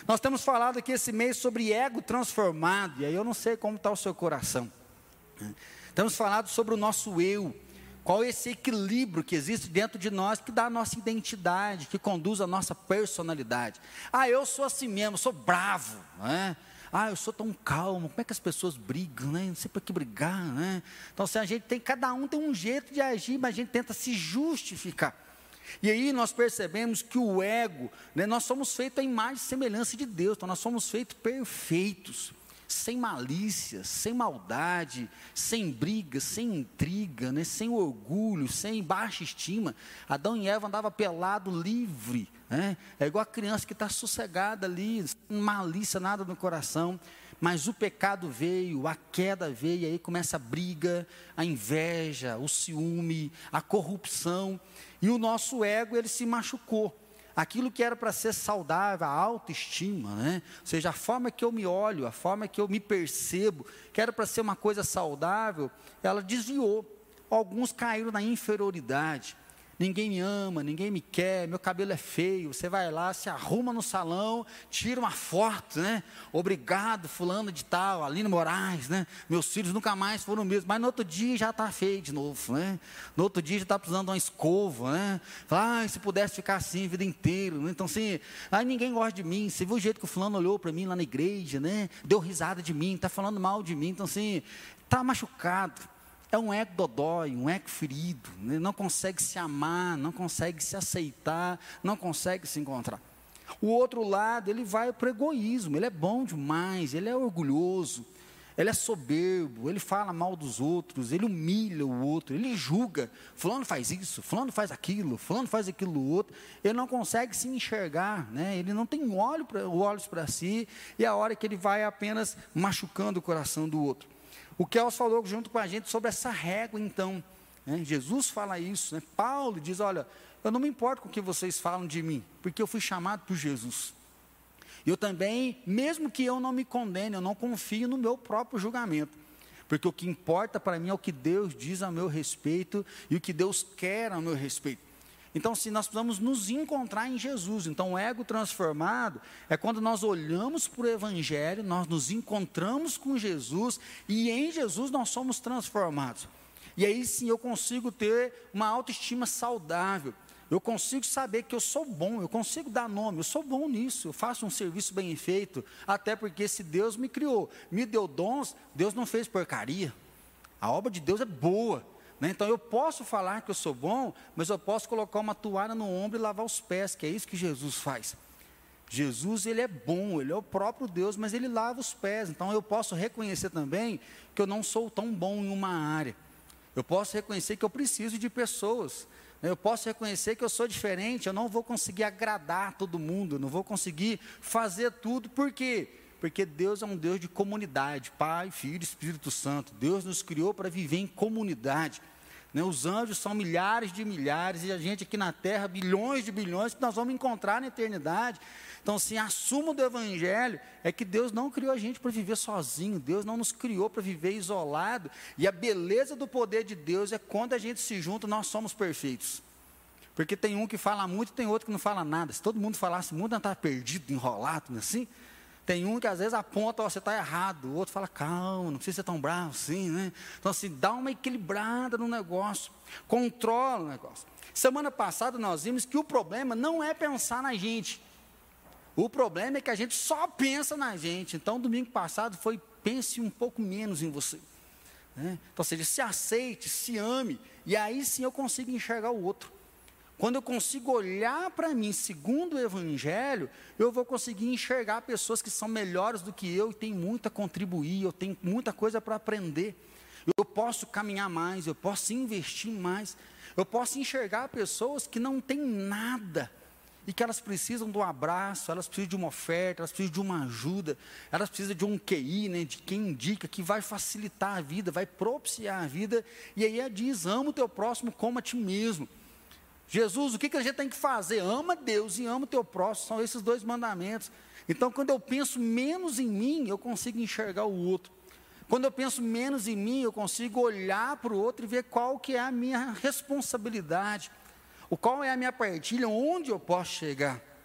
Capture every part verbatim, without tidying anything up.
Nós temos falado aqui esse mês sobre ego transformado, e aí eu não sei como está o seu coração. Temos falado sobre o nosso eu, qual é esse equilíbrio que existe dentro de nós, que dá a nossa identidade, que conduz a nossa personalidade. Ah, eu sou assim mesmo, eu sou bravo, não é? Ah, eu sou tão calmo, como é que as pessoas brigam, né? Não sei para que brigar, né? Então, se a gente tem, cada um tem um jeito de agir, mas a gente tenta se justificar. E aí nós percebemos que o ego, né, nós somos feitos à imagem e semelhança de Deus, então nós somos feitos perfeitos, sem malícia, sem maldade, sem briga, sem intriga, né, sem orgulho, sem baixa estima. Adão e Eva andavam pelado, livre, né? É igual a criança que está sossegada ali, sem malícia, nada no coração. Mas o pecado veio, a queda veio, e aí começa a briga, a inveja, o ciúme, a corrupção. E o nosso ego, ele se machucou. Aquilo que era para ser saudável, a autoestima, né? Ou seja, a forma que eu me olho, a forma que eu me percebo, que era para ser uma coisa saudável, ela desviou. Alguns caíram na inferioridade. Ninguém me ama, ninguém me quer, meu cabelo é feio. Você vai lá, se arruma no salão, tira uma foto, né? Obrigado, fulano de tal, Aline Moraes, né? Meus filhos nunca mais foram mesmo, mas no outro dia já está feio de novo, né? No outro dia já está precisando de uma escova, né? Fala, ah, se pudesse ficar assim a vida inteira, né? Então assim, aí ninguém gosta de mim. Você viu o jeito que o fulano olhou para mim lá na igreja, né? Deu risada de mim, está falando mal de mim, então assim, está machucado. É um ego dodói, um ego ferido, né? Não consegue se amar, não consegue se aceitar, não consegue se encontrar. O outro lado, ele vai para o egoísmo, ele é bom demais, ele é orgulhoso, ele é soberbo, ele fala mal dos outros, ele humilha o outro, ele julga, fulano faz isso, fulano faz aquilo, fulano faz aquilo outro, ele não consegue se enxergar, né? Ele não tem olho pra, olhos para si, e a hora que ele vai apenas machucando o coração do outro. O Kels falou junto com a gente sobre essa régua, então, né? Jesus fala isso, né? Paulo diz, olha, eu não me importo com o que vocês falam de mim, porque eu fui chamado por Jesus. Eu também, mesmo que eu não me condene, eu não confio no meu próprio julgamento, porque o que importa para mim é o que Deus diz a meu respeito, e o que Deus quer a meu respeito. Então, se nós precisamos nos encontrar em Jesus. Então, o ego transformado é quando nós olhamos para o Evangelho, nós nos encontramos com Jesus, e em Jesus nós somos transformados. E aí sim eu consigo ter uma autoestima saudável, eu consigo saber que eu sou bom, eu consigo dar nome, eu sou bom nisso, eu faço um serviço bem feito, até porque se Deus me criou, me deu dons, Deus não fez porcaria, a obra de Deus é boa. Então eu posso falar que eu sou bom, mas eu posso colocar uma toalha no ombro e lavar os pés, que é isso que Jesus faz. Jesus, ele é bom, ele é o próprio Deus, mas ele lava os pés. Então eu posso reconhecer também que eu não sou tão bom em uma área. Eu posso reconhecer que eu preciso de pessoas. Eu posso reconhecer que eu sou diferente, eu não vou conseguir agradar todo mundo, eu não vou conseguir fazer tudo. Por quê? Porque Deus é um Deus de comunidade, Pai, Filho e Espírito Santo. Deus nos criou para viver em comunidade. Né? Os anjos são milhares de milhares, e a gente aqui na terra, bilhões de bilhões, que nós vamos encontrar na eternidade. Então, assim, a suma do Evangelho é que Deus não criou a gente para viver sozinho, Deus não nos criou para viver isolado, e a beleza do poder de Deus é quando a gente se junta, nós somos perfeitos. Porque tem um que fala muito e tem outro que não fala nada. Se todo mundo falasse muito, não estava perdido, enrolado, assim. Tem um que às vezes aponta, ó, você está errado, o outro fala, calma, não precisa ser tão bravo assim, né? Então assim, dá uma equilibrada no negócio, controla o negócio. Semana passada nós vimos que o problema não é pensar na gente, o problema é que a gente só pensa na gente. Então domingo passado foi, pense um pouco menos em você, né? Então, ou seja, se aceite, se ame, e aí sim eu consigo enxergar o outro. Quando eu consigo olhar para mim segundo o Evangelho, eu vou conseguir enxergar pessoas que são melhores do que eu e têm muito a contribuir, eu tenho muita coisa para aprender. Eu posso caminhar mais, eu posso investir mais, eu posso enxergar pessoas que não têm nada e que elas precisam de um abraço, elas precisam de uma oferta, elas precisam de uma ajuda, elas precisam de um Q I, né, de quem indica, que vai facilitar a vida, vai propiciar a vida. E aí diz, ama o teu próximo como a ti mesmo. Jesus, o que, que a gente tem que fazer? Ama Deus e ama o teu próximo, são esses dois mandamentos. Então, quando eu penso menos em mim, eu consigo enxergar o outro. Quando eu penso menos em mim, eu consigo olhar para o outro e ver qual que é a minha responsabilidade, o qual é a minha partilha, onde eu posso chegar.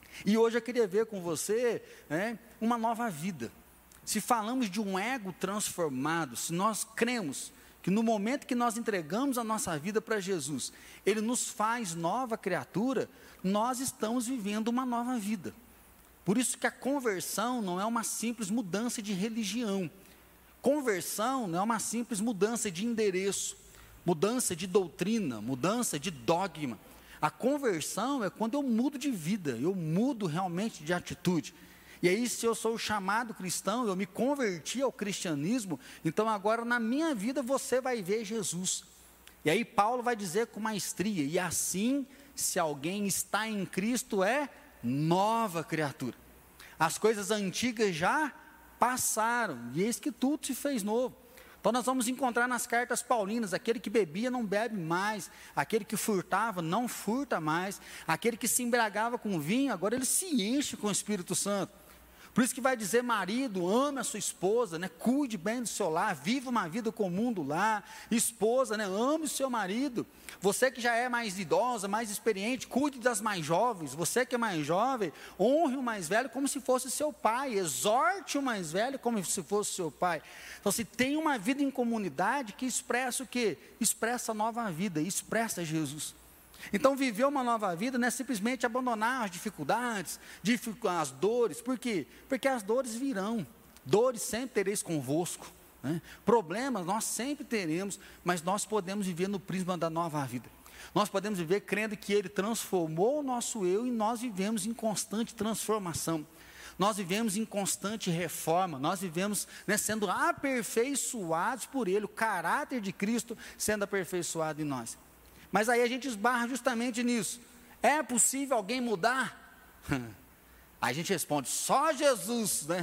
E hoje eu queria ver com você, né, uma nova vida. Se falamos de um ego transformado, se nós cremos que no momento que nós entregamos a nossa vida para Jesus, Ele nos faz nova criatura, nós estamos vivendo uma nova vida. Por isso que a conversão não é uma simples mudança de religião. Conversão não é uma simples mudança de endereço, mudança de doutrina, mudança de dogma. A conversão é quando eu mudo de vida, eu mudo realmente de atitude. E aí, se eu sou chamado cristão, eu me converti ao cristianismo, então agora na minha vida você vai ver Jesus. E aí Paulo vai dizer com maestria, e assim, se alguém está em Cristo, é nova criatura. As coisas antigas já passaram, e eis que tudo se fez novo. Então nós vamos encontrar nas cartas paulinas, aquele que bebia não bebe mais, aquele que furtava não furta mais, aquele que se embriagava com vinho, agora ele se enche com o Espírito Santo. Por isso que vai dizer, marido, ame a sua esposa, né? Cuide bem do seu lar, viva uma vida comum do lar. Esposa, né? Ame o seu marido. Você que já é mais idosa, mais experiente, cuide das mais jovens. Você que é mais jovem, honre o mais velho como se fosse seu pai. Exorte o mais velho como se fosse seu pai. Então, se tem uma vida em comunidade que expressa o quê? Expressa a nova vida, expressa Jesus. Então, viver uma nova vida não é simplesmente abandonar as dificuldades, as dores. Por quê? Porque as dores virão. Dores sempre tereis convosco, né? Problemas nós sempre teremos, mas nós podemos viver no prisma da nova vida. Nós podemos viver crendo que Ele transformou o nosso eu e nós vivemos em constante transformação. Nós vivemos em constante reforma, nós vivemos, né, sendo aperfeiçoados por Ele, o caráter de Cristo sendo aperfeiçoado em nós. Mas aí a gente esbarra justamente nisso. É possível alguém mudar? Aí a gente responde, só Jesus, né?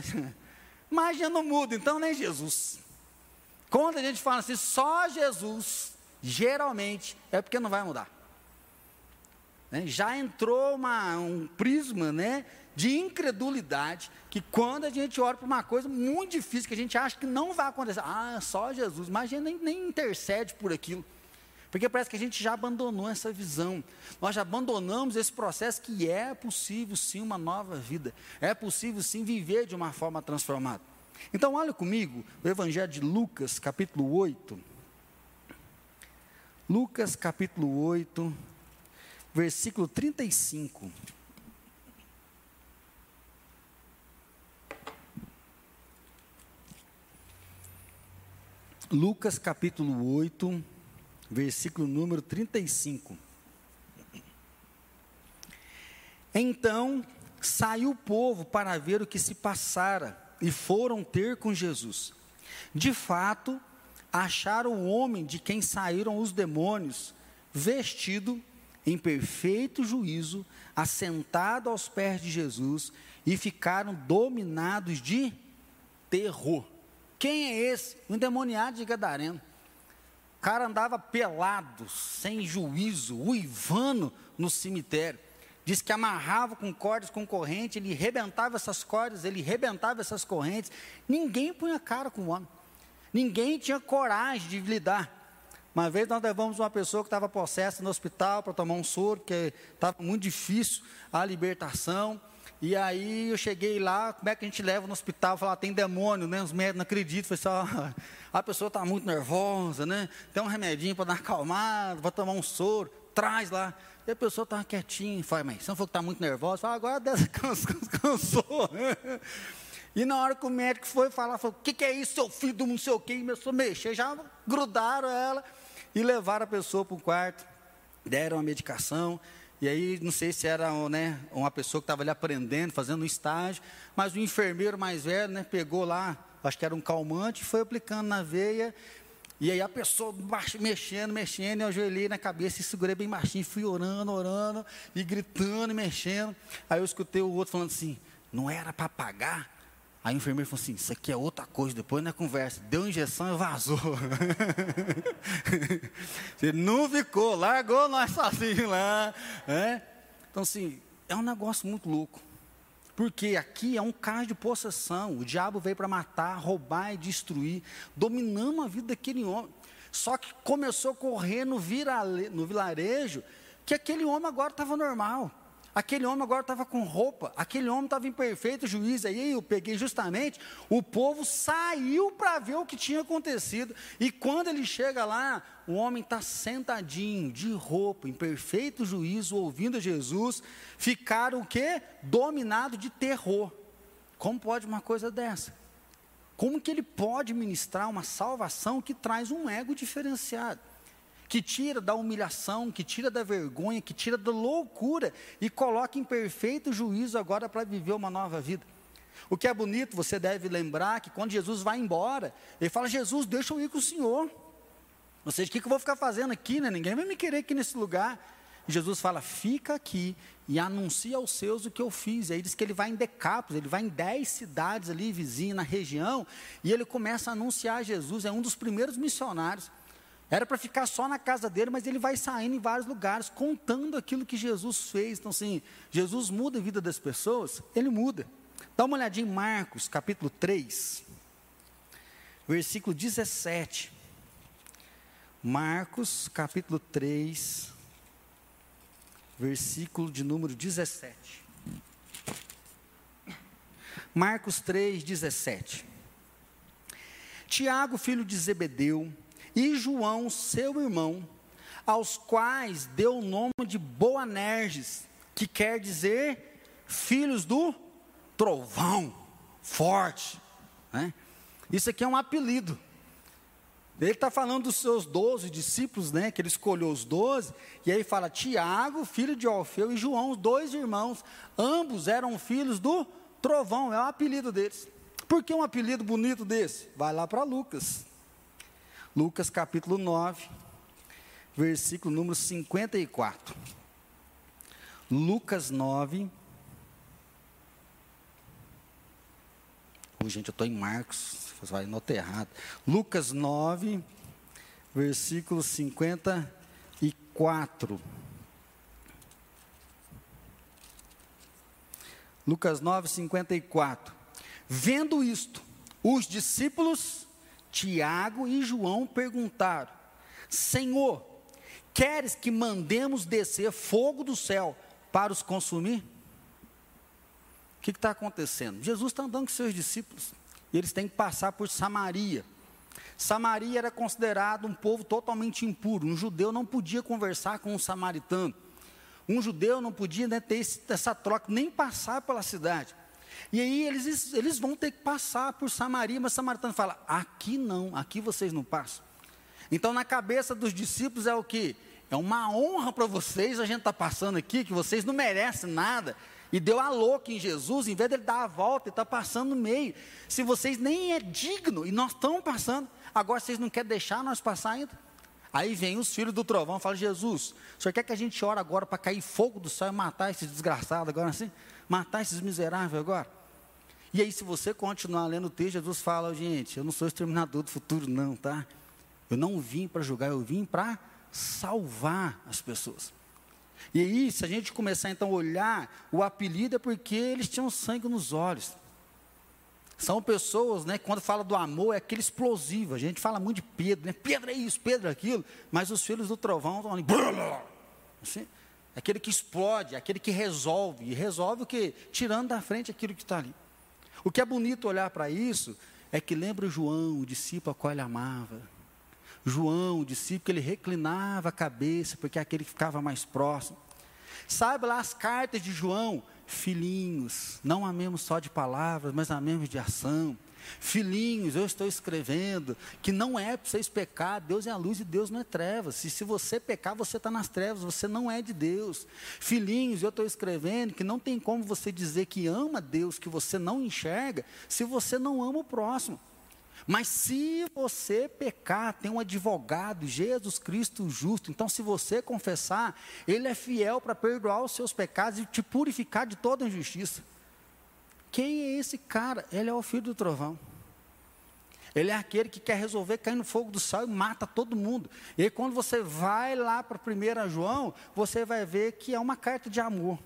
Mas já não muda, então nem Jesus. Quando a gente fala assim, só Jesus, geralmente é porque não vai mudar. Né? Já entrou uma, um prisma, né, de incredulidade, que quando a gente ora por uma coisa muito difícil, que a gente acha que não vai acontecer, ah, só Jesus, mas a gente nem, nem intercede por aquilo. Porque parece que a gente já abandonou essa visão, nós já abandonamos esse processo que é possível sim uma nova vida, é possível sim viver de uma forma transformada. Então olha comigo, o Evangelho de Lucas, capítulo oito, Lucas capítulo oito, versículo trinta e cinco. Lucas capítulo oito, versículo número trinta e cinco. Então saiu o povo para ver o que se passara e foram ter com Jesus. De fato, acharam o homem de quem saíram os demônios, vestido em perfeito juízo, assentado aos pés de Jesus, e ficaram dominados de terror. Quem é esse? Um endemoniado de Gadareno. O cara andava pelado, sem juízo, uivando no cemitério. Diz que amarrava com cordas com corrente, ele rebentava essas cordas, ele rebentava essas correntes. Ninguém punha cara com o homem. Ninguém tinha coragem de lidar. Uma vez nós levamos uma pessoa que estava possessa no hospital para tomar um soro, porque estava muito difícil a libertação. E aí eu cheguei lá, como é que a gente leva no hospital? Falar, tem demônio, né? Os médicos não acreditam. Falei assim, ó, a pessoa está muito nervosa, né? Tem um remedinho para dar uma acalmada, para tomar um soro, traz lá. E a pessoa estava quietinha, falei, mas você não falou que está muito nervosa? Falei, agora dessa cansou. E na hora que o médico foi falar, falou, o que, que é isso, seu filho do não sei o quê? E começou a mexer, já grudaram ela e levaram a pessoa para o quarto, deram a medicação. E aí, não sei se era, né, uma pessoa que estava ali aprendendo, fazendo um estágio, mas o enfermeiro mais velho, né, pegou lá, acho que era um calmante, foi aplicando na veia, e aí a pessoa mexendo, mexendo, e eu ajoelhei na cabeça e segurei bem baixinho, fui orando, orando, e gritando, e mexendo. Aí eu escutei o outro falando assim, não era para pagar? Aí o enfermeiro falou assim, isso aqui é outra coisa, depois na conversa, deu injeção e vazou. Você não ficou, largou nós sozinhos lá. É? Então assim, é um negócio muito louco. Porque aqui é um caso de possessão, o diabo veio para matar, roubar e destruir, dominando a vida daquele homem. Só que começou a correr no, virale, no vilarejo, que aquele homem agora estava normal. Aquele homem agora estava com roupa, aquele homem estava em perfeito juízo. Aí eu peguei justamente, o povo saiu para ver o que tinha acontecido. E quando ele chega lá, o homem está sentadinho, de roupa, em perfeito juízo, ouvindo Jesus. Ficaram o quê? Dominado de terror. Como pode uma coisa dessa? Como que ele pode ministrar uma salvação que traz um ego diferenciado? Que tira da humilhação, que tira da vergonha, que tira da loucura e coloca em perfeito juízo agora para viver uma nova vida. O que é bonito, você deve lembrar que quando Jesus vai embora, ele fala: Jesus, deixa eu ir com o Senhor. Ou seja, o que, que eu vou ficar fazendo aqui, né? Ninguém vai me querer aqui nesse lugar. E Jesus fala: fica aqui e anuncia aos seus o que eu fiz. E aí diz que ele vai em Decápolis, ele vai em dez cidades ali vizinhas na região, e ele começa a anunciar Jesus, é um dos primeiros missionários. Era para ficar só na casa dele, mas ele vai saindo em vários lugares, contando aquilo que Jesus fez. Então assim, Jesus muda a vida das pessoas, ele muda. Dá uma olhadinha em Marcos, capítulo três, versículo dezessete. Marcos, capítulo três, versículo de número dezessete. Marcos três, dezessete. Tiago, filho de Zebedeu, e João, seu irmão, aos quais deu o nome de Boanerges, que quer dizer filhos do trovão, forte, né? Isso aqui é um apelido. Ele está falando dos seus doze discípulos, né, que ele escolheu os doze, e aí fala: Tiago, filho de Alfeu, e João, os dois irmãos, ambos eram filhos do trovão, é o apelido deles. Por que um apelido bonito desse? Vai lá para Lucas. Lucas capítulo nove, versículo número cinquenta e quatro. Lucas nove. Oh, gente, eu estou em Marcos, você vai anotar errado. Lucas nove, versículo cinquenta e quatro. Lucas nove, cinquenta e quatro. Vendo isto, os discípulos Tiago e João perguntaram: Senhor, queres que mandemos descer fogo do céu para os consumir? O que está acontecendo? Jesus está andando com seus discípulos, e eles têm que passar por Samaria. Samaria era considerado um povo totalmente impuro. Um judeu não podia conversar com um samaritano. Um judeu não podia, né, ter esse, essa troca, nem passar pela cidade. E aí eles, eles vão ter que passar por Samaria, mas o samaritano fala: aqui não, aqui vocês não passam. Então na cabeça dos discípulos é o que? É uma honra para vocês, a gente está passando aqui, que vocês não merecem nada. E deu a louca em Jesus, em vez dele dar a volta, ele está passando no meio. Se vocês nem é digno, e nós estamos passando, agora vocês não querem deixar nós passar ainda? Aí vem os filhos do trovão e falam: Jesus, o senhor quer que a gente ore agora para cair fogo do céu e matar esses desgraçados agora assim? Matar esses miseráveis agora? E aí, se você continuar lendo o texto, Jesus fala: gente, eu não sou exterminador do futuro não, tá? Eu não vim para julgar, eu vim para salvar as pessoas. E aí, se a gente começar então a olhar, o apelido é porque eles tinham sangue nos olhos. São pessoas, né, quando fala do amor, é aquele explosivo. A gente fala muito de Pedro, né? Pedro é isso, Pedro é aquilo. Mas os filhos do trovão estão ali, assim, aquele que explode, aquele que resolve. E resolve o quê? Tirando da frente aquilo que está ali. O que é bonito olhar para isso, é que lembra João, o discípulo a qual ele amava. João, o discípulo, que ele reclinava a cabeça, porque é aquele que ficava mais próximo. Sabe lá as cartas de João? Filhinhos, não amemos só de palavras, mas amemos de ação. Filhinhos, eu estou escrevendo que não é para vocês pecar, Deus é a luz e Deus não é trevas. Se, se você pecar, você está nas trevas, você não é de Deus. Filhinhos, eu estou escrevendo que não tem como você dizer que ama Deus, que você não enxerga, se você não ama o próximo. Mas se você pecar, tem um advogado, Jesus Cristo justo. Então se você confessar, Ele é fiel para perdoar os seus pecados e te purificar de toda injustiça. Quem é esse cara? Ele é o filho do trovão. Ele é aquele que quer resolver cair no fogo do céu e mata todo mundo. E aí, quando você vai lá para primeiro João, você vai ver que é uma carta de amor.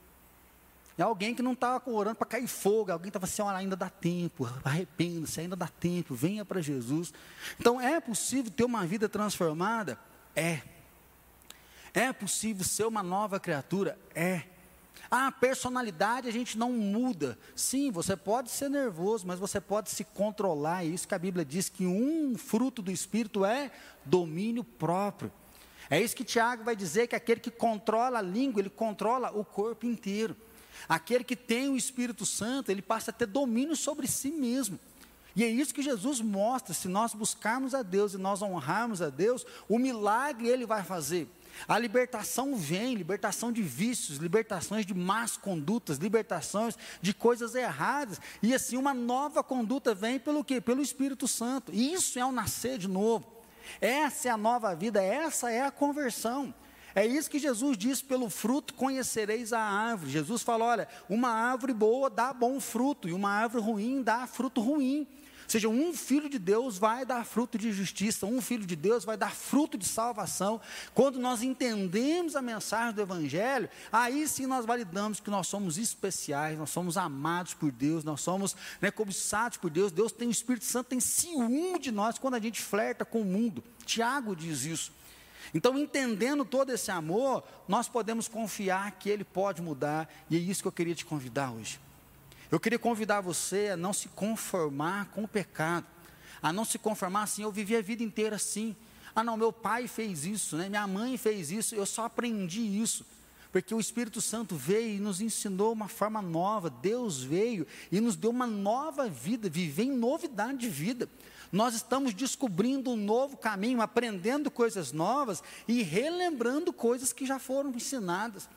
É alguém que não estava orando para cair fogo, alguém estava assim: olha, ainda dá tempo, arrependa-se, ainda dá tempo, venha para Jesus. Então, é possível ter uma vida transformada? É. É possível ser uma nova criatura? É. Ah, a personalidade a gente não muda. Sim, você pode ser nervoso, mas você pode se controlar. É isso que a Bíblia diz, que um fruto do Espírito é domínio próprio. É isso que Tiago vai dizer, que aquele que controla a língua, ele controla o corpo inteiro. Aquele que tem o Espírito Santo, ele passa a ter domínio sobre si mesmo. E é isso que Jesus mostra. Se nós buscarmos a Deus e nós honrarmos a Deus, o milagre ele vai fazer. A libertação vem, libertação de vícios, libertações de más condutas, libertações de coisas erradas, e assim uma nova conduta vem pelo quê? Pelo Espírito Santo. E isso é o nascer de novo, essa é a nova vida, essa é a conversão. É isso que Jesus disse: pelo fruto conhecereis a árvore. Jesus falou: olha, uma árvore boa dá bom fruto, e uma árvore ruim dá fruto ruim. Ou seja, um filho de Deus vai dar fruto de justiça, um filho de Deus vai dar fruto de salvação. Quando nós entendemos a mensagem do Evangelho, aí sim nós validamos que nós somos especiais, nós somos amados por Deus, nós somos, né, cobiçados por Deus. Deus tem o Espírito Santo, tem ciúme de nós quando a gente flerta com o mundo. Tiago diz isso. Então, entendendo todo esse amor, nós podemos confiar que Ele pode mudar, e é isso que eu queria te convidar hoje. Eu queria convidar você a não se conformar com o pecado, a não se conformar assim: eu vivi a vida inteira assim, ah não, meu pai fez isso, né? Minha mãe fez isso, eu só aprendi isso, porque o Espírito Santo veio e nos ensinou uma forma nova. Deus veio e nos deu uma nova vida, viver em novidade de vida. Nós estamos descobrindo um novo caminho, aprendendo coisas novas e relembrando coisas que já foram ensinadas.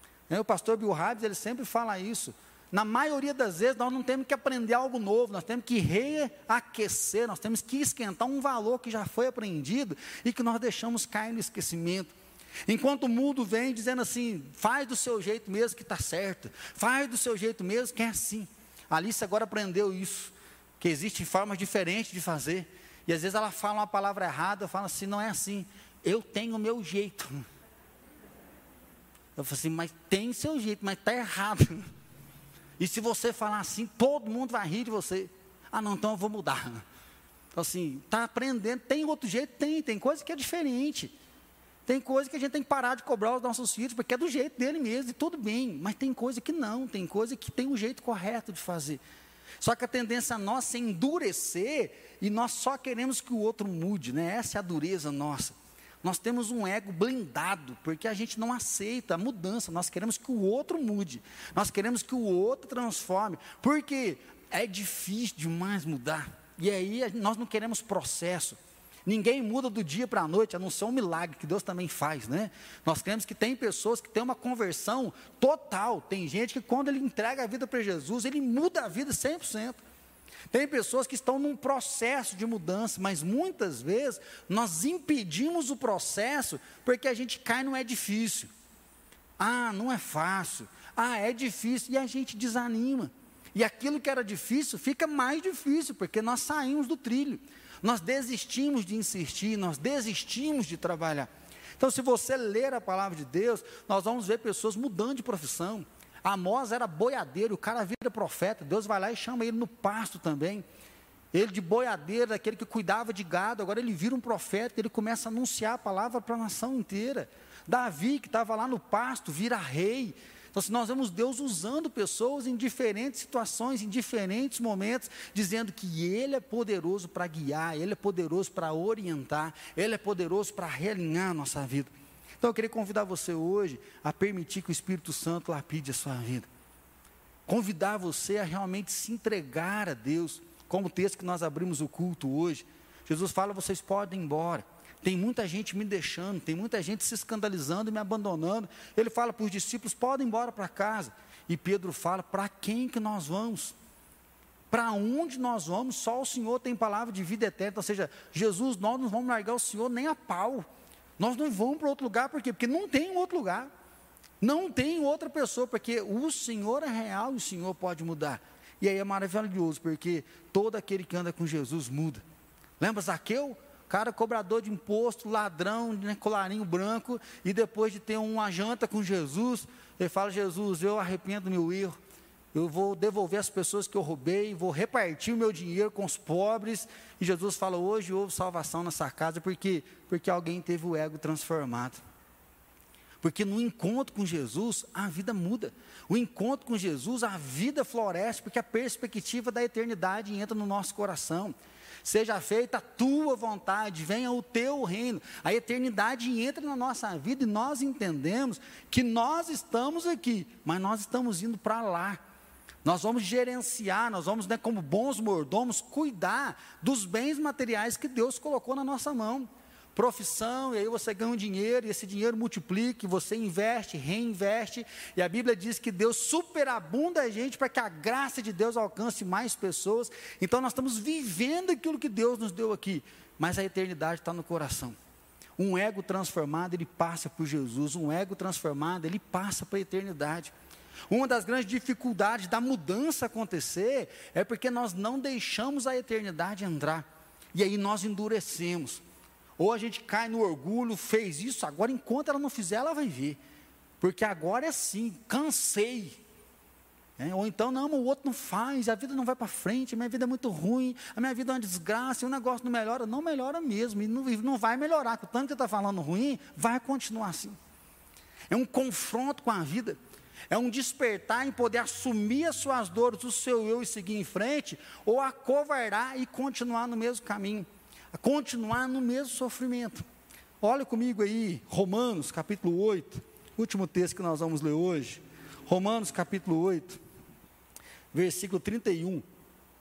O pastor Bill Hybels, ele sempre fala isso. Na maioria das vezes nós não temos que aprender algo novo, nós temos que reaquecer, nós temos que esquentar um valor que já foi aprendido e que nós deixamos cair no esquecimento. Enquanto o mundo vem dizendo assim: faz do seu jeito mesmo que está certo, faz do seu jeito mesmo que é assim. A Alice agora aprendeu isso, que existem formas diferentes de fazer, e às vezes ela fala uma palavra errada, eu falo assim: não é assim, eu tenho o meu jeito. Eu falo assim: mas tem seu jeito, mas está errado. E se você falar assim, todo mundo vai rir de você. Ah não, então eu vou mudar. Então assim, está aprendendo, tem outro jeito? Tem, tem coisa que é diferente. Tem coisa que a gente tem que parar de cobrar os nossos filhos, porque é do jeito dele mesmo, e tudo bem. Mas tem coisa que não, tem coisa que tem um jeito correto de fazer. Só que a tendência nossa é endurecer, e nós só queremos que o outro mude, né? Essa é a dureza nossa. Nós temos um ego blindado, porque a gente não aceita a mudança, nós queremos que o outro mude, nós queremos que o outro transforme, porque é difícil demais mudar, e aí nós não queremos processo. Ninguém muda do dia para a noite, a não ser um milagre, que Deus também faz, né? Nós queremos que tem pessoas que têm uma conversão total. Tem gente que quando ele entrega a vida para Jesus, ele muda a vida cem por cento. Tem pessoas que estão num processo de mudança, mas muitas vezes nós impedimos o processo porque a gente cai no é difícil. Ah, não é fácil. Ah, é difícil, e a gente desanima. E aquilo que era difícil fica mais difícil, porque nós saímos do trilho. Nós desistimos de insistir, nós desistimos de trabalhar. Então, se você ler a palavra de Deus, nós vamos ver pessoas mudando de profissão. Amós era boiadeiro, o cara vira profeta, Deus vai lá e chama ele no pasto também. Ele de boiadeiro, aquele que cuidava de gado, agora ele vira um profeta, ele começa a anunciar a palavra para a nação inteira. Davi, que estava lá no pasto, vira rei. Então, se nós vemos Deus usando pessoas em diferentes situações, em diferentes momentos, dizendo que Ele é poderoso para guiar, Ele é poderoso para orientar, Ele é poderoso para realinhar a nossa vida. Então, eu queria convidar você hoje a permitir que o Espírito Santo lapide a sua vida. Convidar você a realmente se entregar a Deus, como o texto que nós abrimos o culto hoje. Jesus fala: vocês podem ir embora. Tem muita gente me deixando, tem muita gente se escandalizando e me abandonando. Ele fala para os discípulos: podem ir embora para casa. E Pedro fala: para quem que nós vamos? Para onde nós vamos? Só o Senhor tem palavra de vida eterna. Ou seja, Jesus, nós não vamos largar o Senhor nem a pau. Nós não vamos para outro lugar, por quê? Porque não tem outro lugar. Não tem outra pessoa, porque o Senhor é real e o Senhor pode mudar. E aí é maravilhoso, porque todo aquele que anda com Jesus muda. Lembra Zaqueu? Cara cobrador de imposto, ladrão, né, colarinho branco, e depois de ter uma janta com Jesus, ele fala: Jesus, eu arrependo do meu erro, eu vou devolver as pessoas que eu roubei, vou repartir o meu dinheiro com os pobres. E Jesus fala: hoje houve salvação nessa casa, porque, porque alguém teve o ego transformado. Porque no encontro com Jesus, a vida muda. O encontro com Jesus, a vida floresce, porque a perspectiva da eternidade entra no nosso coração. Seja feita a tua vontade, venha o teu reino. A eternidade entra na nossa vida e nós entendemos que nós estamos aqui, mas nós estamos indo para lá. Nós vamos gerenciar, nós vamos, né, como bons mordomos, cuidar dos bens materiais que Deus colocou na nossa mão. Profissão, e aí você ganha um dinheiro, e esse dinheiro multiplica, e você investe, reinveste, e a Bíblia diz que Deus superabunda a gente para que a graça de Deus alcance mais pessoas. Então nós estamos vivendo aquilo que Deus nos deu aqui, mas a eternidade está no coração. Um ego transformado, ele passa por Jesus, um ego transformado, ele passa para a eternidade. Uma das grandes dificuldades da mudança acontecer, é porque nós não deixamos a eternidade entrar, e aí nós endurecemos. Ou a gente cai no orgulho, fez isso, agora enquanto ela não fizer, ela vai ver. Porque agora é assim, cansei. É, ou então, não, o outro não faz, a vida não vai para frente, a minha vida é muito ruim, a minha vida é uma desgraça, o negócio não melhora. Não melhora mesmo, e não, não vai melhorar. Com o tanto que você está falando ruim, vai continuar assim. É um confronto com a vida. É um despertar em poder assumir as suas dores, o seu eu e seguir em frente, ou acovardar e continuar no mesmo caminho. A continuar no mesmo sofrimento. Olha comigo aí, Romanos capítulo oito, último texto que nós vamos ler hoje. Romanos capítulo oito, versículo trinta e um.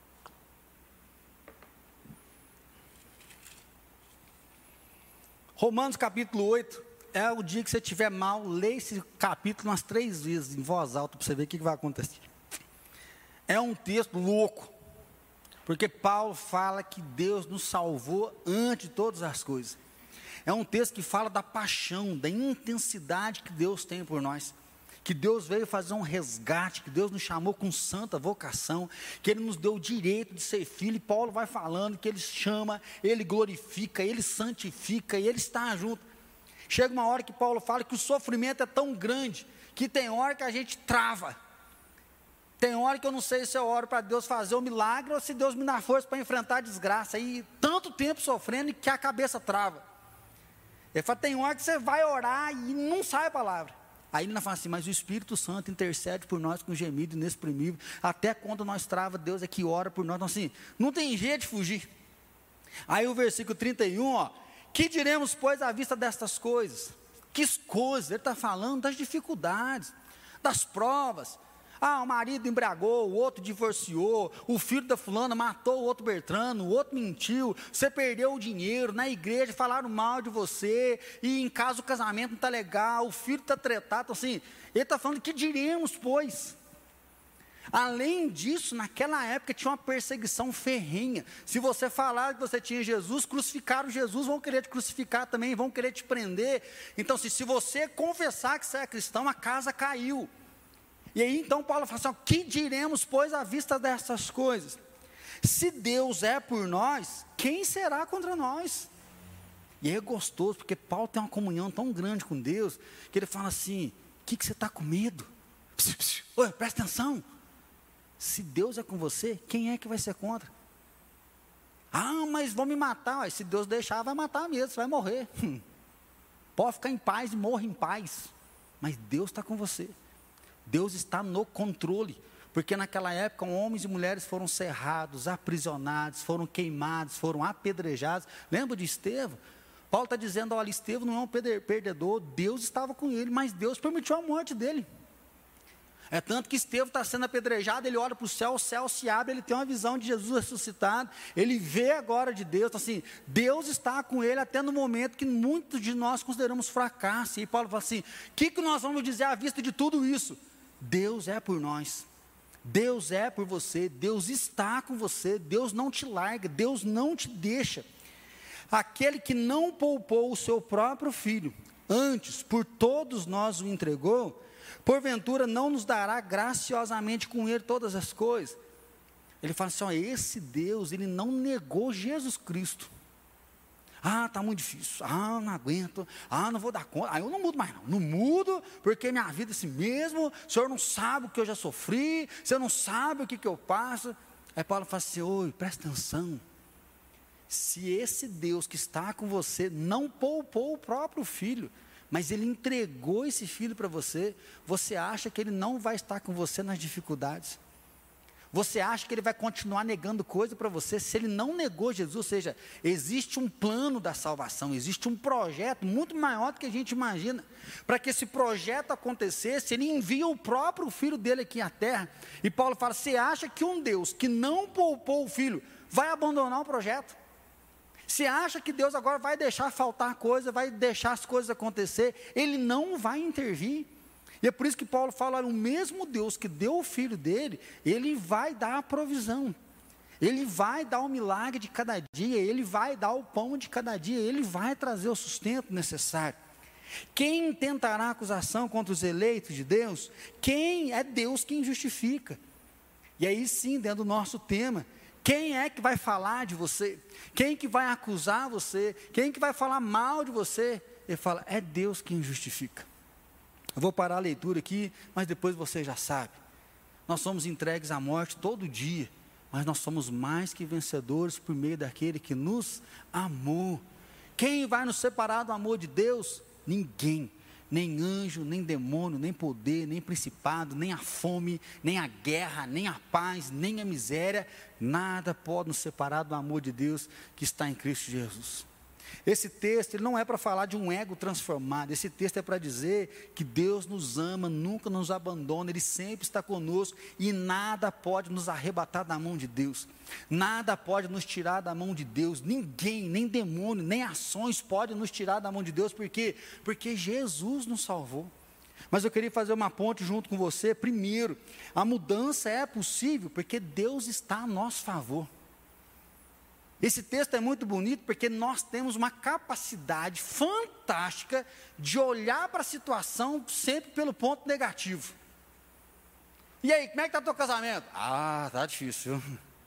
Romanos capítulo oito, é o dia que você estiver mal, leia esse capítulo umas três vezes em voz alta, para você ver o que vai acontecer. É um texto louco. Porque Paulo fala que Deus nos salvou antes de todas as coisas. É um texto que fala da paixão, da intensidade que Deus tem por nós. Que Deus veio fazer um resgate, que Deus nos chamou com santa vocação, que Ele nos deu o direito de ser filho. E Paulo vai falando que Ele chama, Ele glorifica, Ele santifica e Ele está junto. Chega uma hora que Paulo fala que o sofrimento é tão grande, que tem hora que a gente trava. Tem hora que eu não sei se eu oro para Deus fazer um milagre, ou se Deus me dá força para enfrentar a desgraça. E tanto tempo sofrendo que a cabeça trava. Ele fala, tem hora que você vai orar e não sai a palavra. Aí ele fala assim, mas o Espírito Santo intercede por nós com gemido inexprimível. Até quando nós trava, Deus é que ora por nós. Então assim, não tem jeito de fugir. Aí o versículo trinta e um, ó. Que diremos, pois, à vista destas coisas? Que coisas? Ele está falando das dificuldades, das provas. Ah, o marido embriagou, o outro divorciou, o filho da fulana matou o outro Bertrano, o outro mentiu, você perdeu o dinheiro, na igreja falaram mal de você, e em casa o casamento não está legal, o filho está tretado. Então, assim, ele está falando que diremos, pois. Além disso, naquela época tinha uma perseguição ferrenha. Se você falar que você tinha Jesus, crucificaram Jesus, vão querer te crucificar também, vão querer te prender. Então, se, se você confessar que você é cristão, a casa caiu. E aí então Paulo fala assim, ó, que diremos, pois, à vista dessas coisas? Se Deus é por nós, quem será contra nós? E aí é gostoso, porque Paulo tem uma comunhão tão grande com Deus, que ele fala assim, o que, que você está com medo? Pss, pss, oi, presta atenção. Se Deus é com você, quem é que vai ser contra? Ah, mas vão me matar. Se Deus deixar, vai matar mesmo, você vai morrer. Hum. Pode ficar em paz e morra em paz. Mas Deus está com você. Deus está no controle, porque naquela época homens e mulheres foram cerrados, aprisionados, foram queimados, foram apedrejados. Lembra de Estevão? Paulo está dizendo, olha, Estevão não é um perdedor, Deus estava com ele, mas Deus permitiu a morte dele. É tanto que Estevão está sendo apedrejado, ele olha para o céu, o céu se abre, ele tem uma visão de Jesus ressuscitado, ele vê a glória de Deus. Então, assim, Deus está com ele até no momento que muitos de nós consideramos fracasso. E Paulo fala assim, o que, que nós vamos dizer à vista de tudo isso? Deus é por nós, Deus é por você, Deus está com você, Deus não te larga, Deus não te deixa. Aquele que não poupou o seu próprio filho, antes por todos nós o entregou, porventura não nos dará graciosamente com ele todas as coisas? Ele fala assim, ó, esse Deus, ele não negou Jesus Cristo. Ah, está muito difícil, ah, não aguento, ah, não vou dar conta, ah, eu não mudo mais não, não mudo, porque minha vida é assim mesmo, o senhor não sabe o que eu já sofri, o senhor não sabe o que, que eu passo. Aí Paulo fala assim, oi, presta atenção, se esse Deus que está com você não poupou o próprio filho, mas Ele entregou esse filho para você. Você acha que Ele não vai estar com você nas dificuldades? Você acha que Ele vai continuar negando coisa para você? Se Ele não negou Jesus, ou seja, existe um plano da salvação, existe um projeto muito maior do que a gente imagina. Para que esse projeto acontecesse, Ele envia o próprio Filho dele aqui à terra. E Paulo fala, você acha que um Deus que não poupou o Filho, vai abandonar o projeto? Você acha que Deus agora vai deixar faltar coisa, vai deixar as coisas acontecer? Ele não vai intervir. E é por isso que Paulo fala, olha, o mesmo Deus que deu o Filho dele, Ele vai dar a provisão, Ele vai dar o milagre de cada dia, Ele vai dar o pão de cada dia, Ele vai trazer o sustento necessário. Quem tentará acusação contra os eleitos de Deus? Quem é Deus quem justifica? E aí sim, dentro do nosso tema, quem é que vai falar de você? Quem que vai acusar você? Quem que vai falar mal de você? Ele fala, é Deus quem justifica. Eu vou parar a leitura aqui, mas depois você já sabe. Nós somos entregues à morte todo dia, mas nós somos mais que vencedores por meio daquele que nos amou. Quem vai nos separar do amor de Deus? Ninguém. Nem anjo, nem demônio, nem poder, nem principado, nem a fome, nem a guerra, nem a paz, nem a miséria. Nada pode nos separar do amor de Deus que está em Cristo Jesus. Esse texto ele não é para falar de um ego transformado, esse texto é para dizer que Deus nos ama, nunca nos abandona, Ele sempre está conosco e nada pode nos arrebatar da mão de Deus, nada pode nos tirar da mão de Deus, ninguém, nem demônio, nem ações podem nos tirar da mão de Deus, por quê? Porque Jesus nos salvou. Mas eu queria fazer uma ponte junto com você. Primeiro, a mudança é possível porque Deus está a nosso favor. Esse texto é muito bonito porque nós temos uma capacidade fantástica de olhar para a situação sempre pelo ponto negativo. E aí, como é que está o teu casamento? Ah, está difícil.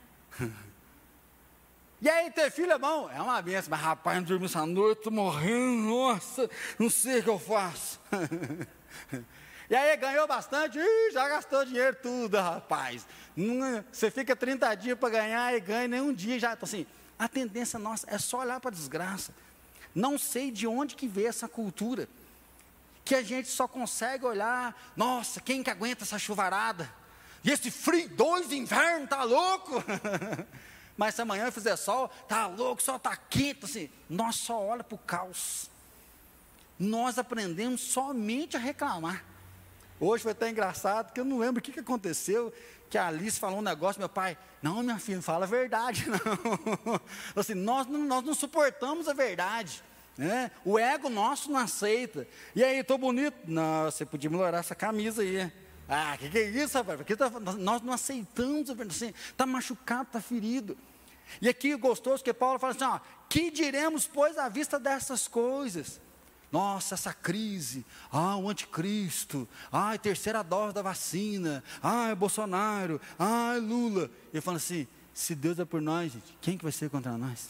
E aí, ter filho é bom? É uma benção, mas rapaz, não dormi essa noite, estou morrendo, nossa, não sei o que eu faço. E aí, ganhou bastante? Ih, já gastou dinheiro tudo, rapaz. Você fica trinta dias para ganhar e ganha nem um dia já. Então, assim, a tendência nossa é só olhar para a desgraça. Não sei de onde que veio essa cultura, que a gente só consegue olhar, nossa, quem que aguenta essa chuvarada? E esse frio, dois invernos, tá louco? Mas se amanhã fizer sol, tá louco, o sol tá quente, assim, nós só olhamos para o caos. Nós aprendemos somente a reclamar. Hoje foi até engraçado, porque eu não lembro o que, que aconteceu, que a Alice falou um negócio, meu pai, não, minha filha, não fala a verdade, não. Assim, nós, nós não suportamos a verdade, né? O ego nosso não aceita. E aí, estou bonito? Não, você podia melhorar essa camisa aí. Ah, o que, que é isso, rapaz? Porque tá, nós não aceitamos a verdade, assim, está machucado, está ferido. E aqui, gostoso, que Paulo fala assim, ó, que diremos, pois, à vista dessas coisas? Nossa, essa crise, ah, o anticristo, ah, terceira dose da vacina, ah, Bolsonaro, ah, Lula. Ele fala assim, se Deus é por nós, gente, quem que vai ser contra nós?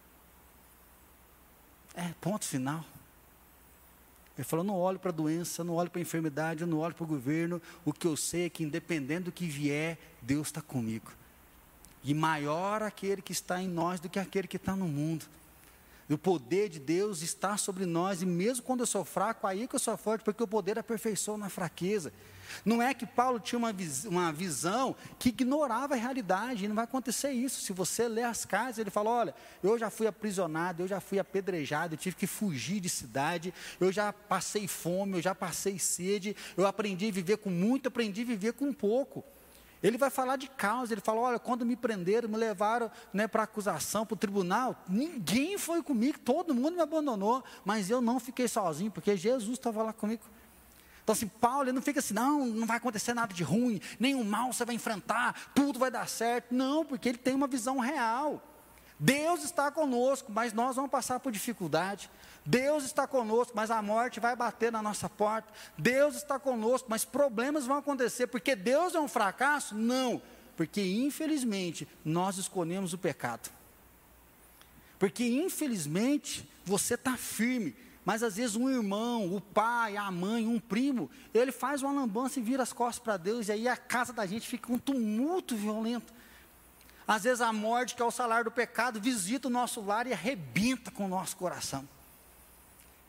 É, ponto final. Ele falou, não olho para a doença, não olho para a enfermidade, eu não olho para o governo, o que eu sei é que independente do que vier, Deus está comigo. E maior aquele que está em nós do que aquele que está no mundo. E o poder de Deus está sobre nós, e mesmo quando eu sou fraco, aí que eu sou forte, porque o poder aperfeiçoa na fraqueza. Não é que Paulo tinha uma, vis, uma visão que ignorava a realidade, e não vai acontecer isso. Se você ler as cartas, ele fala, olha, eu já fui aprisionado, eu já fui apedrejado, eu tive que fugir de cidade, eu já passei fome, eu já passei sede, eu aprendi a viver com muito, aprendi a viver com pouco. Ele vai falar de causa, ele fala, olha, quando me prenderam, me levaram, né, para acusação, para o tribunal, ninguém foi comigo, todo mundo me abandonou, mas eu não fiquei sozinho, porque Jesus estava lá comigo. Então assim, Paulo, ele não fica assim, não, não vai acontecer nada de ruim, nenhum mal você vai enfrentar, tudo vai dar certo, não, porque ele tem uma visão real. Deus está conosco, mas nós vamos passar por dificuldade. Deus está conosco, mas a morte vai bater na nossa porta. Deus está conosco, mas problemas vão acontecer. Porque Deus é um fracasso? Não, porque infelizmente nós escolhemos o pecado. Porque infelizmente você está firme, mas às vezes um irmão, o pai, a mãe, um primo, ele faz uma lambança e vira as costas para Deus, e aí a casa da gente fica um tumulto violento. Às vezes a morte, que é o salário do pecado, visita o nosso lar e arrebenta com o nosso coração.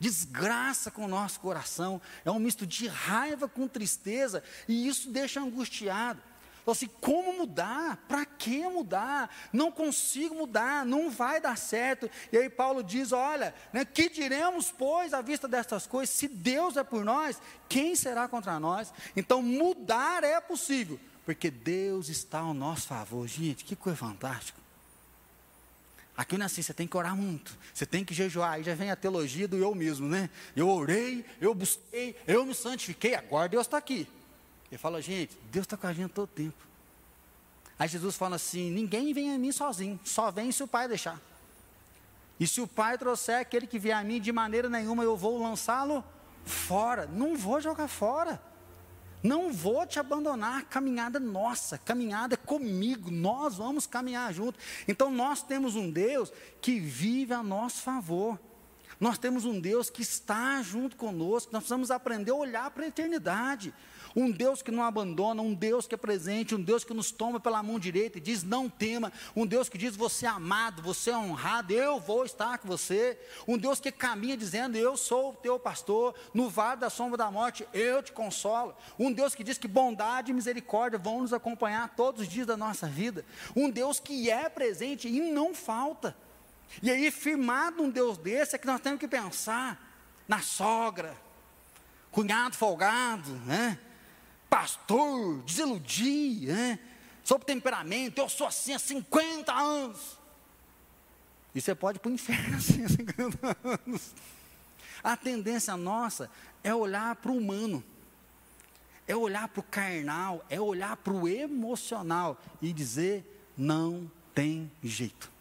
desgraça com o nosso coração, é um misto de raiva com tristeza, e isso deixa angustiado. Então, assim, como mudar? Para que mudar? Não consigo mudar, não vai dar certo. E aí Paulo diz, olha, né, que diremos, pois, à vista destas coisas? Se Deus é por nós, quem será contra nós? Então, mudar é possível, porque Deus está ao nosso favor. Gente, que coisa fantástica. Aqui não é assim, você tem que orar muito, você tem que jejuar, aí já vem a teologia do eu mesmo, né? Eu orei, eu busquei, eu me santifiquei, agora Deus está aqui. Ele fala, gente, Deus está com a gente todo o tempo. Aí Jesus fala assim, ninguém vem a mim sozinho, só vem se o Pai deixar. E se o Pai trouxer aquele que vier a mim, de maneira nenhuma eu vou lançá-lo fora. Não vou jogar fora. Não vou te abandonar, caminhada nossa, caminhada comigo, nós vamos caminhar junto. Então nós temos um Deus que vive a nosso favor. Nós temos um Deus que está junto conosco, nós precisamos aprender a olhar para a eternidade. Um Deus que não abandona, um Deus que é presente, um Deus que nos toma pela mão direita e diz não tema, um Deus que diz você é amado, você é honrado, eu vou estar com você, um Deus que caminha dizendo eu sou o teu pastor, no vale da sombra da morte eu te consolo, um Deus que diz que bondade e misericórdia vão nos acompanhar todos os dias da nossa vida, um Deus que é presente e não falta. E aí firmado um Deus desse é que nós temos que pensar na sogra, cunhado folgado, né? Pastor, desiludir, né? Sob temperamento, eu sou assim há cinquenta anos. E você pode ir para o inferno assim há cinquenta anos. A tendência nossa é olhar para o humano, é olhar para o carnal, é olhar para o emocional e dizer, não tem jeito.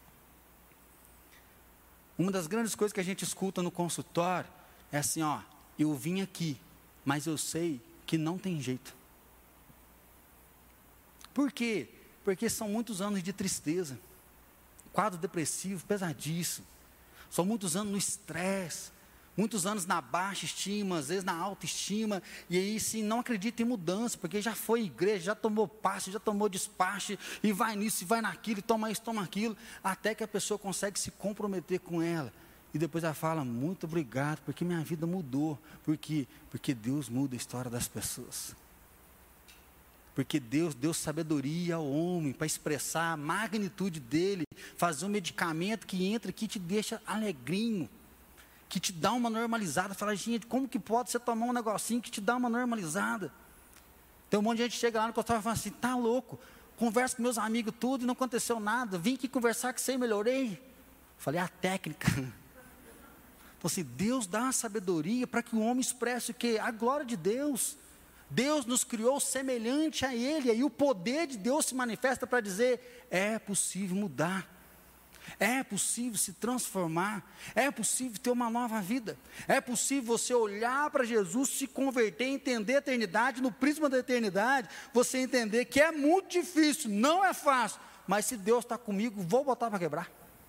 Uma das grandes coisas que a gente escuta no consultório é assim, ó, eu vim aqui, mas eu sei que não tem jeito. Por quê? Porque são muitos anos de tristeza, quadro depressivo pesadíssimo, são muitos anos no estresse, muitos anos na baixa estima, às vezes na alta estima, e aí sim, não acredita em mudança, porque já foi igreja, já tomou passe, já tomou despacho, e vai nisso, e vai naquilo, e toma isso, toma aquilo, até que a pessoa consegue se comprometer com ela, e depois ela fala, muito obrigado, porque minha vida mudou. Por quê? Porque Deus muda a história das pessoas. Porque Deus deu sabedoria ao homem para expressar a magnitude dele, fazer um medicamento que entra, que te deixa alegrinho, que te dá uma normalizada. Fala, gente, como que pode você tomar um negocinho que te dá uma normalizada? Tem um monte de gente que chega lá no consultório e fala assim, tá louco, converso com meus amigos tudo e não aconteceu nada, vim aqui conversar com você e melhorei. Falei, a técnica. Então assim, Deus dá a sabedoria para que o homem expresse o quê? A glória de Deus. Deus nos criou semelhante a Ele, e aí o poder de Deus se manifesta para dizer, é possível mudar, é possível se transformar, é possível ter uma nova vida, é possível você olhar para Jesus, se converter, entender a eternidade, no prisma da eternidade, você entender que é muito difícil, não é fácil, mas se Deus está comigo, vou botar para quebrar.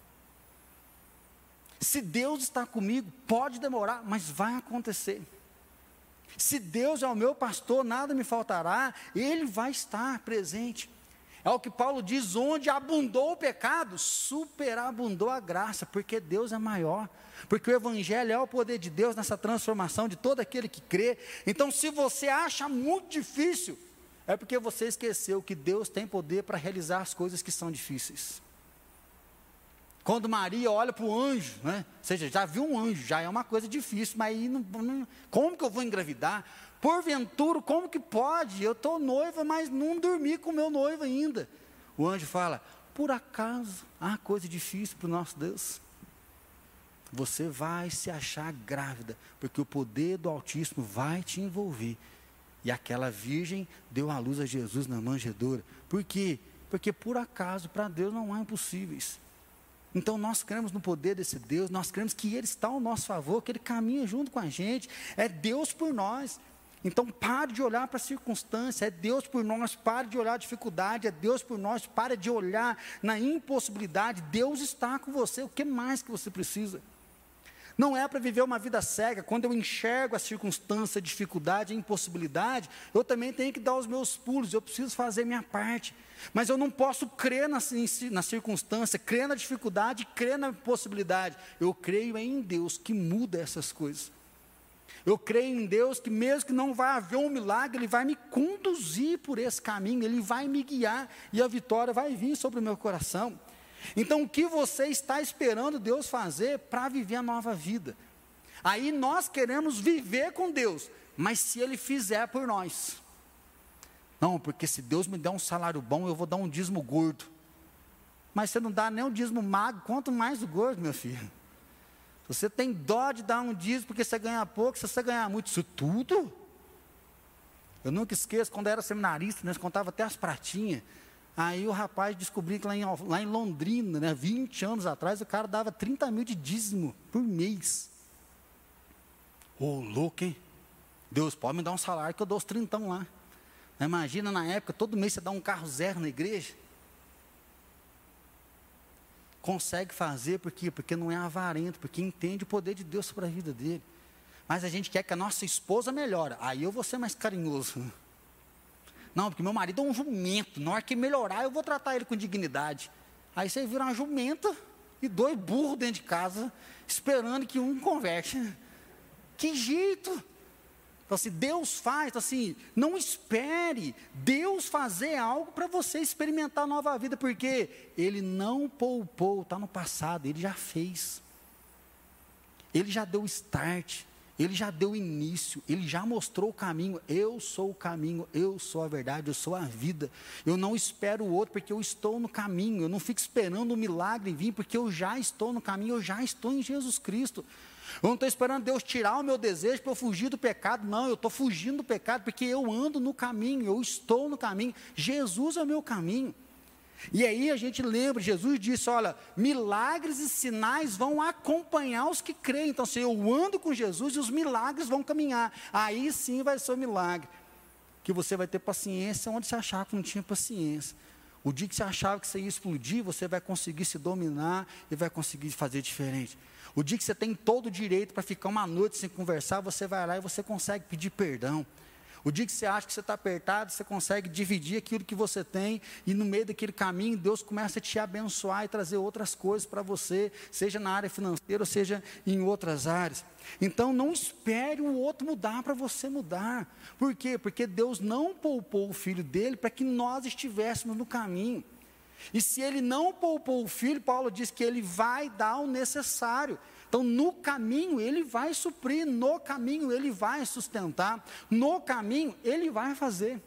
Se Deus está comigo, pode demorar, mas vai acontecer. Se Deus é o meu pastor, nada me faltará, Ele vai estar presente. É o que Paulo diz, onde abundou o pecado, superabundou a graça, porque Deus é maior, porque o Evangelho é o poder de Deus nessa transformação de todo aquele que crê. Então se você acha muito difícil, é porque você esqueceu que Deus tem poder para realizar as coisas que são difíceis. Quando Maria olha para o anjo, né? Ou seja, já viu um anjo, já é uma coisa difícil, mas aí não, não, como que eu vou engravidar? Porventura, como que pode? Eu estou noiva, mas não dormi com o meu noivo ainda. O anjo fala, por acaso há coisa difícil para o nosso Deus? Você vai se achar grávida, porque o poder do Altíssimo vai te envolver. E aquela virgem deu à luz a Jesus na manjedoura. Por quê? Porque por acaso para Deus não há impossíveis. Então nós cremos no poder desse Deus, nós cremos que Ele está ao nosso favor, que Ele caminha junto com a gente, é Deus por nós. Então pare de olhar para a circunstância, é Deus por nós, pare de olhar a dificuldade, é Deus por nós, pare de olhar na impossibilidade, Deus está com você, o que mais que você precisa? Não é para viver uma vida cega. Quando eu enxergo a circunstância, a dificuldade, a impossibilidade, eu também tenho que dar os meus pulos, eu preciso fazer minha parte. Mas eu não posso crer na, na circunstância, crer na dificuldade, crer na impossibilidade. Eu creio em Deus que muda essas coisas. Eu creio em Deus que mesmo que não vai haver um milagre, Ele vai me conduzir por esse caminho, Ele vai me guiar e a vitória vai vir sobre o meu coração. Então, o que você está esperando Deus fazer para viver a nova vida? Aí nós queremos viver com Deus, mas se Ele fizer por nós. Não, porque se Deus me der um salário bom, eu vou dar um dízimo gordo. Mas você não dá nem um dízimo magro, quanto mais o gordo, meu filho. Você tem dó de dar um dízimo porque você ganha pouco, se você ganhar muito, isso tudo? Eu nunca esqueço, quando eu era seminarista, nós contava até as pratinhas. Aí o rapaz descobriu que lá em, lá em Londrina, né, vinte anos atrás, o cara dava trinta mil de dízimo por mês. Ô, oh, louco, hein? Deus, pode me dar um salário que eu dou os trintão lá. Imagina na época, todo mês você dá um carro zero na igreja. Consegue fazer, por quê? Porque não é avarento, porque entende o poder de Deus sobre a vida dele. Mas a gente quer que a nossa esposa melhore. Aí eu vou ser mais carinhoso. Não, porque meu marido é um jumento. Na hora que melhorar, eu vou tratar ele com dignidade. Aí você vira uma jumenta e dois burros dentro de casa, esperando que um converte. Que jeito! Então, assim, Deus faz, então, assim, não espere Deus fazer algo para você experimentar a nova vida, porque Ele não poupou, está no passado, Ele já fez. Ele já deu start, Ele já deu início, Ele já mostrou o caminho. Eu sou o caminho, eu sou a verdade, eu sou a vida. Eu não espero o outro, porque eu estou no caminho. Eu não fico esperando o milagre vir, porque eu já estou no caminho, eu já estou em Jesus Cristo. Eu não estou esperando Deus tirar o meu desejo para eu fugir do pecado. Não, eu estou fugindo do pecado, porque eu ando no caminho, eu estou no caminho. Jesus é o meu caminho. E aí a gente lembra, Jesus disse, olha, milagres e sinais vão acompanhar os que creem. Então, se eu ando com Jesus, os milagres vão caminhar. Aí sim vai ser o milagre. Que você vai ter paciência onde você achava que não tinha paciência. O dia que você achava que você ia explodir, você vai conseguir se dominar e vai conseguir fazer diferente. O dia que você tem todo o direito para ficar uma noite sem conversar, você vai lá e você consegue pedir perdão. O dia que você acha que você está apertado, você consegue dividir aquilo que você tem, e no meio daquele caminho, Deus começa a te abençoar e trazer outras coisas para você, seja na área financeira, ou seja em outras áreas. Então não espere o outro mudar para você mudar. Por quê? Porque Deus não poupou o Filho dele para que nós estivéssemos no caminho. E se Ele não poupou o Filho, Paulo diz que Ele vai dar o necessário. Então, no caminho, Ele vai suprir, no caminho, Ele vai sustentar, no caminho, Ele vai fazer.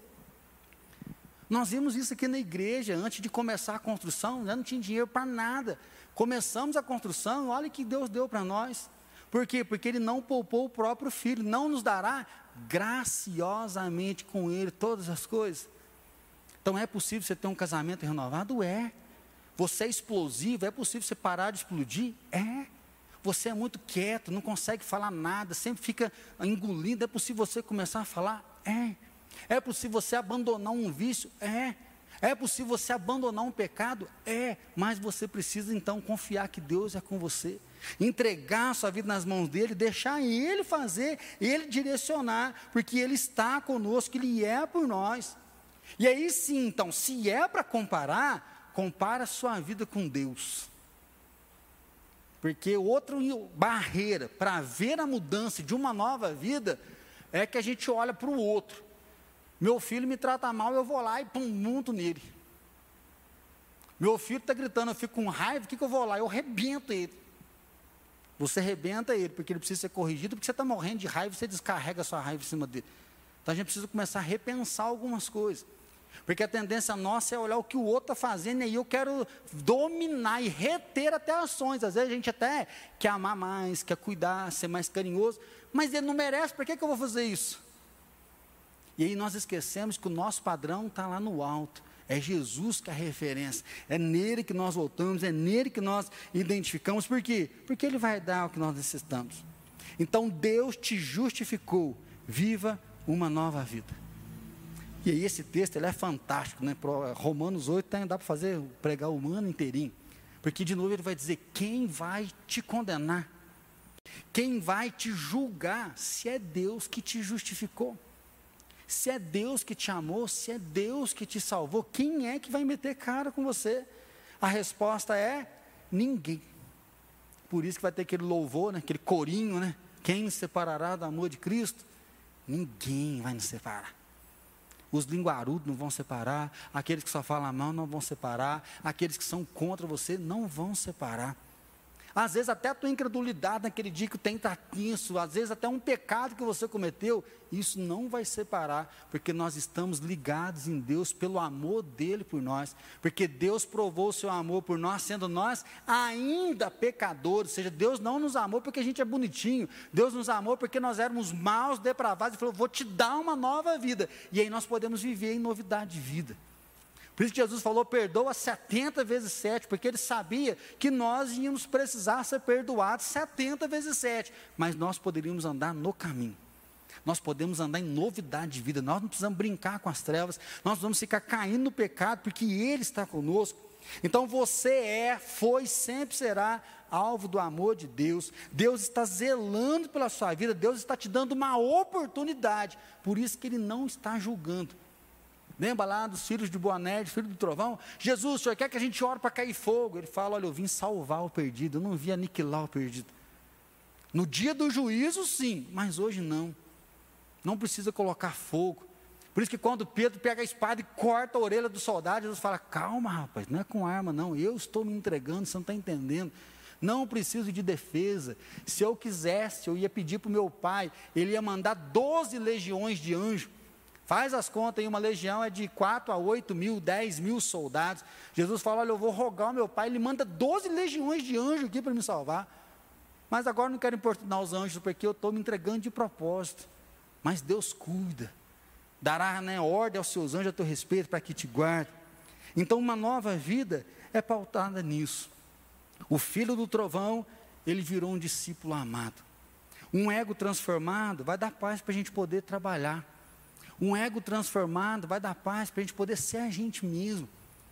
Nós vimos isso aqui na igreja, antes de começar a construção, já não tinha dinheiro para nada. Começamos a construção, olha o que Deus deu para nós. Por quê? Porque Ele não poupou o próprio Filho, não nos dará graciosamente com Ele todas as coisas. Então, é possível você ter um casamento renovado? É. Você é explosivo? É possível você parar de explodir? É. Você é muito quieto, não consegue falar nada, sempre fica engolindo. É possível você começar a falar? É. É possível você abandonar um vício? É. É possível você abandonar um pecado? É. Mas você precisa, então, confiar que Deus é com você. Entregar a sua vida nas mãos dEle, deixar Ele fazer, Ele direcionar, porque Ele está conosco, Ele é por nós. E aí sim, então, se é para comparar, compara a sua vida com Deus. Porque outra barreira para ver a mudança de uma nova vida, é que a gente olha para o outro. Meu filho me trata mal, eu vou lá e pum, monto nele. Meu filho está gritando, eu fico com raiva, o que, que eu vou lá? Eu rebento ele. Você rebenta ele, porque ele precisa ser corrigido, porque você está morrendo de raiva, você descarrega a sua raiva em cima dele. Então a gente precisa começar a repensar algumas coisas. Porque a tendência nossa é olhar o que o outro está fazendo, e aí eu quero dominar e reter até ações. Às vezes a gente até quer amar mais, quer cuidar, ser mais carinhoso, mas ele não merece, por que, que eu vou fazer isso? E aí nós esquecemos que o nosso padrão está lá no alto. É Jesus que é a referência, é nele que nós voltamos, é nele que nós identificamos. Por quê? Porque Ele vai dar o que nós necessitamos. Então Deus te justificou, viva uma nova vida. E aí esse texto ele é fantástico, né? Romanos oito, tem, dá para fazer, pregar o ano inteirinho. Porque de novo ele vai dizer, quem vai te condenar? Quem vai te julgar se é Deus que te justificou? Se é Deus que te amou, se é Deus que te salvou, quem é que vai meter cara com você? A resposta é ninguém. Por isso que vai ter aquele louvor, né? Aquele corinho, né? Quem nos separará do amor de Cristo? Ninguém vai nos separar. Os linguarudos não vão separar, aqueles que só falam a mão não vão separar, aqueles que são contra você não vão separar. Às vezes até a tua incredulidade naquele dia que tem está tenso, às vezes até um pecado que você cometeu, isso não vai separar, porque nós estamos ligados em Deus pelo amor dele por nós, porque Deus provou o seu amor por nós, sendo nós ainda pecadores, ou seja, Deus não nos amou porque a gente é bonitinho, Deus nos amou porque nós éramos maus, depravados, e falou, vou te dar uma nova vida, e aí nós podemos viver em novidade de vida. Por isso que Jesus falou, perdoa setenta vezes sete, porque ele sabia que nós íamos precisar ser perdoados setenta vezes sete, mas nós poderíamos andar no caminho, nós podemos andar em novidade de vida, nós não precisamos brincar com as trevas, nós vamos ficar caindo no pecado, porque Ele está conosco. Então você é, foi, sempre será alvo do amor de Deus, Deus está zelando pela sua vida, Deus está te dando uma oportunidade, por isso que Ele não está julgando. Lembra lá dos filhos de Boanerges, filho do trovão? Jesus, o senhor quer que a gente ore para cair fogo? Ele fala, olha, eu vim salvar o perdido, eu não vim aniquilar o perdido. No dia do juízo sim, mas hoje não. Não precisa colocar fogo. Por isso que quando Pedro pega a espada e corta a orelha do soldado, Jesus fala, calma rapaz, não é com arma não, eu estou me entregando, você não está entendendo. Não preciso de defesa. Se eu quisesse, eu ia pedir para o meu pai, ele ia mandar doze legiões de anjos. Faz as contas aí, uma legião é de quatro a oito mil, dez mil soldados. Jesus fala, olha, eu vou rogar ao meu pai, ele manda doze legiões de anjos aqui para me salvar. Mas agora não quero importunar os anjos, porque eu estou me entregando de propósito. Mas Deus cuida, dará, né, ordem aos seus anjos a teu respeito, para que te guardem. Então uma nova vida é pautada nisso. O filho do trovão, ele virou um discípulo amado. Um ego transformado vai dar paz para a gente poder trabalhar. Um ego transformado vai dar paz para a gente poder ser a gente mesmo.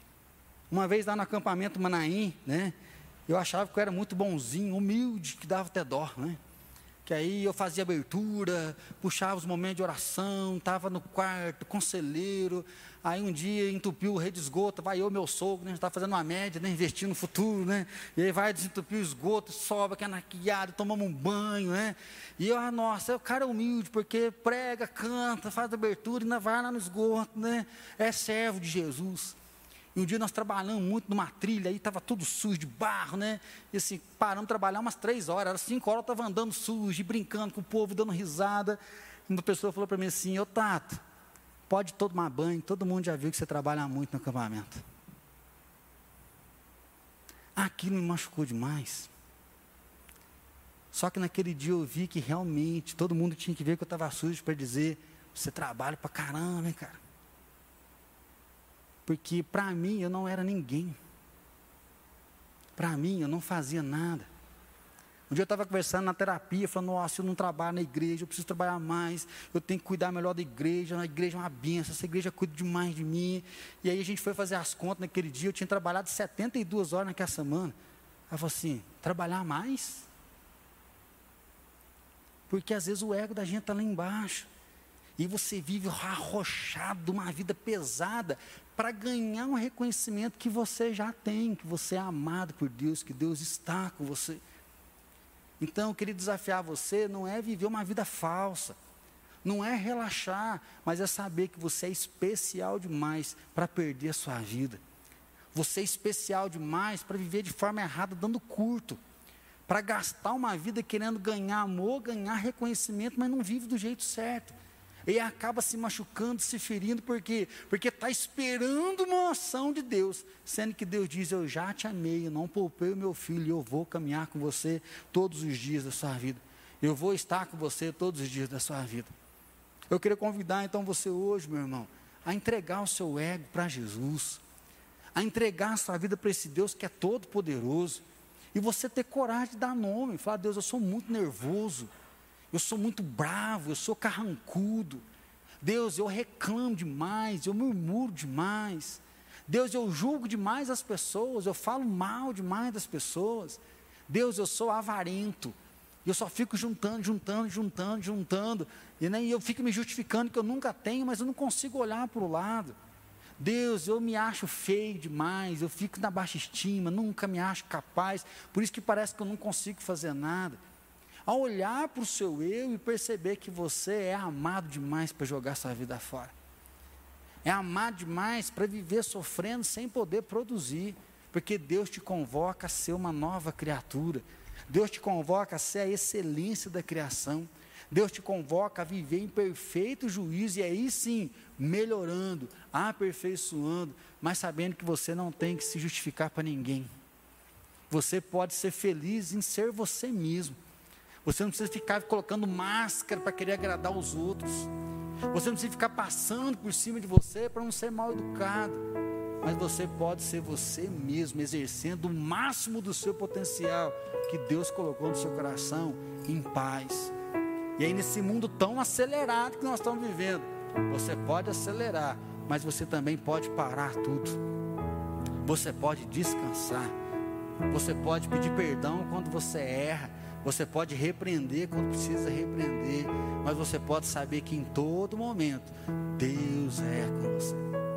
Uma vez lá no acampamento Manaim, né, eu achava que eu era muito bonzinho, humilde, que dava até dó, né? Que aí eu fazia abertura, puxava os momentos de oração, estava no quarto, conselheiro, aí um dia entupiu o rei de esgoto, vai eu, meu sogro, né, estava fazendo uma média, né, investindo no futuro, né, e aí vai desentupir o esgoto, sobe aqui anaquiado, tomamos um banho, né, e eu, ah, nossa, o cara é humilde, porque prega, canta, faz abertura, e ainda vai lá no esgoto, né, é servo de Jesus. E um dia nós trabalhamos muito numa trilha, aí estava tudo sujo de barro, né? E assim, paramos de trabalhar umas três horas, era cinco horas, eu estava andando sujo, brincando com o povo, dando risada. E uma pessoa falou para mim assim, ô Tato, pode tomar banho, todo mundo já viu que você trabalha muito no acampamento. Aquilo me machucou demais. Só que naquele dia eu vi que realmente todo mundo tinha que ver que eu estava sujo para dizer, você trabalha para caramba, hein, cara? Porque para mim eu não era ninguém. Para mim eu não fazia nada. Um dia eu estava conversando na terapia, falando, nossa, eu não trabalho na igreja, eu preciso trabalhar mais, eu tenho que cuidar melhor da igreja, a igreja é uma benção, essa igreja cuida demais de mim. E aí a gente foi fazer as contas naquele dia, eu tinha trabalhado setenta e duas horas naquela semana. Ela falou assim, trabalhar mais? Porque às vezes o ego da gente está lá embaixo. E você vive arrochado de uma vida pesada para ganhar um reconhecimento que você já tem, que você é amado por Deus, que Deus está com você. Então eu queria desafiar você, não é viver uma vida falsa, não é relaxar, mas é saber que você é especial demais para perder a sua vida. Você é especial demais para viver de forma errada, dando curto, para gastar uma vida querendo ganhar amor, ganhar reconhecimento, mas não vive do jeito certo. E acaba se machucando, se ferindo, por quê? Porque está esperando uma ação de Deus, sendo que Deus diz, eu já te amei, eu não poupei o meu filho, eu vou caminhar com você todos os dias da sua vida, eu vou estar com você todos os dias da sua vida. Eu queria convidar então você hoje, meu irmão, a entregar o seu ego para Jesus, a entregar a sua vida para esse Deus que é todo poderoso, e você ter coragem de dar nome, falar, Deus, eu sou muito nervoso, eu sou muito bravo, eu sou carrancudo. Deus, eu reclamo demais, eu murmuro demais. Deus, eu julgo demais as pessoas, eu falo mal demais das pessoas. Deus, eu sou avarento. E eu só fico juntando, juntando, juntando, juntando. E nem eu fico me justificando que eu nunca tenho, mas eu não consigo olhar para o lado. Deus, eu me acho feio demais, eu fico na baixa estima, nunca me acho capaz. Por isso que parece que eu não consigo fazer nada. Ao olhar para o seu eu e perceber que você é amado demais para jogar sua vida fora. É amado demais para viver sofrendo sem poder produzir. Porque Deus te convoca a ser uma nova criatura. Deus te convoca a ser a excelência da criação. Deus te convoca a viver em perfeito juízo, e aí sim, melhorando, aperfeiçoando, mas sabendo que você não tem que se justificar para ninguém. Você pode ser feliz em ser você mesmo. Você não precisa ficar colocando máscara para querer agradar os outros. Você não precisa ficar passando por cima de você para não ser mal educado. Mas você pode ser você mesmo, exercendo o máximo do seu potencial que Deus colocou no seu coração, em paz. E aí nesse mundo tão acelerado que nós estamos vivendo, você pode acelerar, mas você também pode parar tudo. Você pode descansar. Você pode pedir perdão quando você erra. Você pode repreender quando precisa repreender. Mas você pode saber que em todo momento, Deus é com você.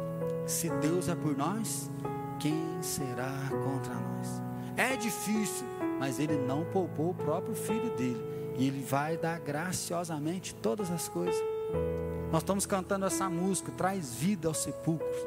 Se Deus é por nós, quem será contra nós? É difícil, mas Ele não poupou o próprio Filho dele. E Ele vai dar graciosamente todas as coisas. Nós estamos cantando essa música, traz vida aos sepulcros.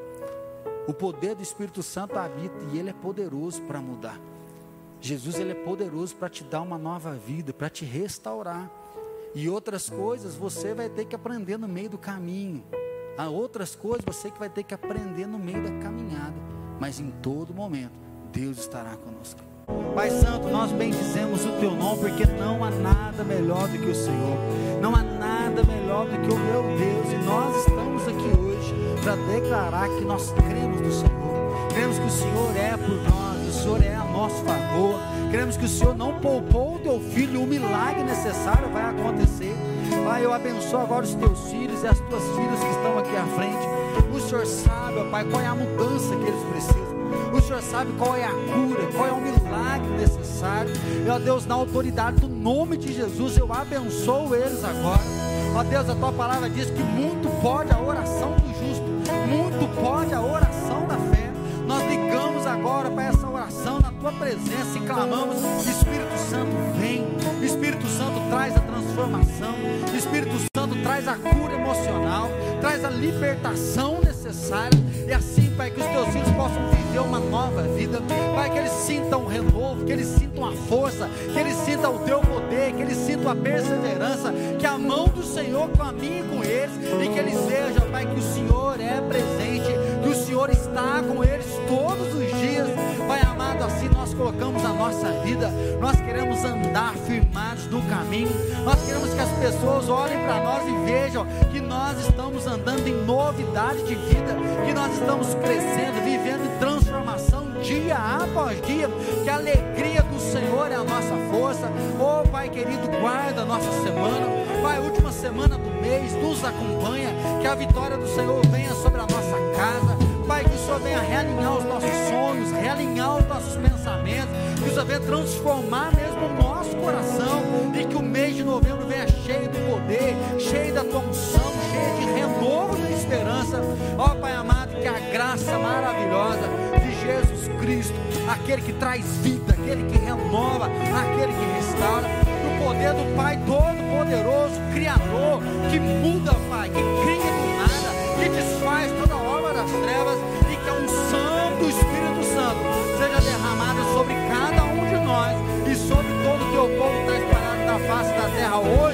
O poder do Espírito Santo habita e Ele é poderoso para mudar. Jesus, Ele é poderoso para te dar uma nova vida, para te restaurar. E outras coisas você vai ter que aprender no meio do caminho. Há outras coisas você que vai ter que aprender no meio da caminhada. Mas em todo momento, Deus estará conosco. Pai Santo, nós bendizemos o Teu nome, porque não há nada melhor do que o Senhor. Não há nada melhor do que o meu Deus. E nós estamos aqui hoje para declarar que nós cremos no Senhor. Cremos que o Senhor é por nós, o Senhor é a nosso favor. Cremos que o Senhor não poupou o Teu Filho, o milagre necessário vai acontecer. Pai, eu abençoo agora os Teus filhos e as Tuas filhas que estão aqui à frente. O Senhor sabe, ó Pai, qual é a mudança que eles precisam. O Senhor sabe qual é a cura, qual é o milagre necessário. E, ó Deus, na autoridade do nome de Jesus, eu abençoo eles agora. Ó Deus, a Tua palavra diz que muito pode a oração do justo, muito pode a oração da fé. Nós ligamos agora para essa oração na Tua presença e clamamos: Espírito Santo, vem. Espírito Santo, traz a transformação. Espírito Santo, traz a cura emocional, traz a libertação necessária. E assim, Pai, que os Teus filhos possam viver uma nova vida. Pai, que eles sintam um renovo, que eles sintam a força, que eles sintam o Teu poder, que eles sintam a perseverança, que a mão do Senhor caminhe com eles, e que eles vejam, Pai, que o Senhor é presente, que o Senhor está com eles todos os dias. Pai amado, assim nós colocamos a nossa vida. Nós queremos andar firmados no caminho. Nós queremos que as pessoas olhem para nós e vejam que nós estamos andando em novidade de vida, que nós estamos crescendo, vivendo em transformação dia após dia, que a alegria do Senhor é a nossa força. Oh Pai querido, guarda a nossa semana. Pai, última semana do mês, nos acompanha, que a vitória do Senhor venha sobre a nossa casa. Pai, que o Senhor venha realinhar os nossos sonhos, realinhar os nossos pensamentos, que o Senhor venha transformar mesmo o nosso coração, e que o mês de novembro venha cheio do poder, cheio da Tua unção, cheio de renovo e de esperança. Ó Pai amado, que a graça maravilhosa de Jesus Cristo, aquele que traz vida, aquele que renova, aquele que restaura, o poder do Pai Todo-Poderoso, Criador, que muda, Pai, que cria do nada, que desfaz toda a obra das trevas, e que a unção do Espírito Santo seja derramada sobre cada um de nós e sobre todo o Teu povo que está espalhado na face da terra hoje.